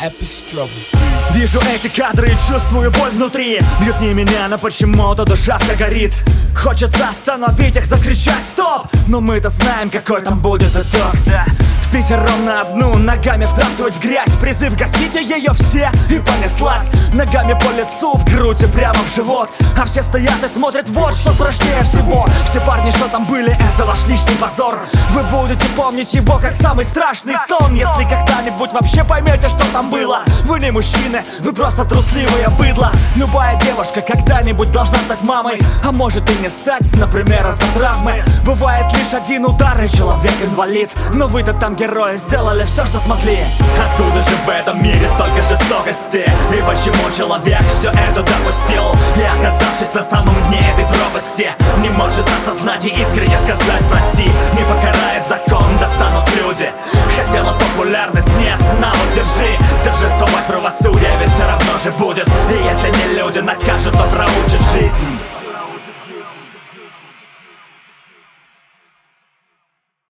Вижу эти кадры и чувствую боль внутри. Бьют не меня, но почему-то душа вся горит. Хочется остановить их, закричать стоп, но мы-то знаем, какой там будет итог. В пятером на одну, ногами втаптывать в грязь. Призыв гасите ее все, и понеслась. Ногами по лицу, в грудь и прямо в живот. А все стоят и смотрят, вот что страшнее всего. Все парни, что там были, это ваш личный позор. Вы будете помнить его как самый страшный сон. Если когда-нибудь вообще поймете, что там было. Вы не мужчины, вы просто трусливые быдло. Любая девушка когда-нибудь должна стать мамой, а может и не стать, например, из-за травмы. Бывает лишь один удар и человек инвалид. Но вы-то там герои, сделали все, что смогли. Откуда же в этом мире столько жестокости? И почему человек все это допустил? И оказавшись на самом дне этой пропасти, не может осознать и искренне сказать прости. Не покарает закон, достанут люди. Хотела популярность, нет, на вот держи. Торжествовать правосудие ведь все равно же будет. И если не люди накажут, то проучат жизнь.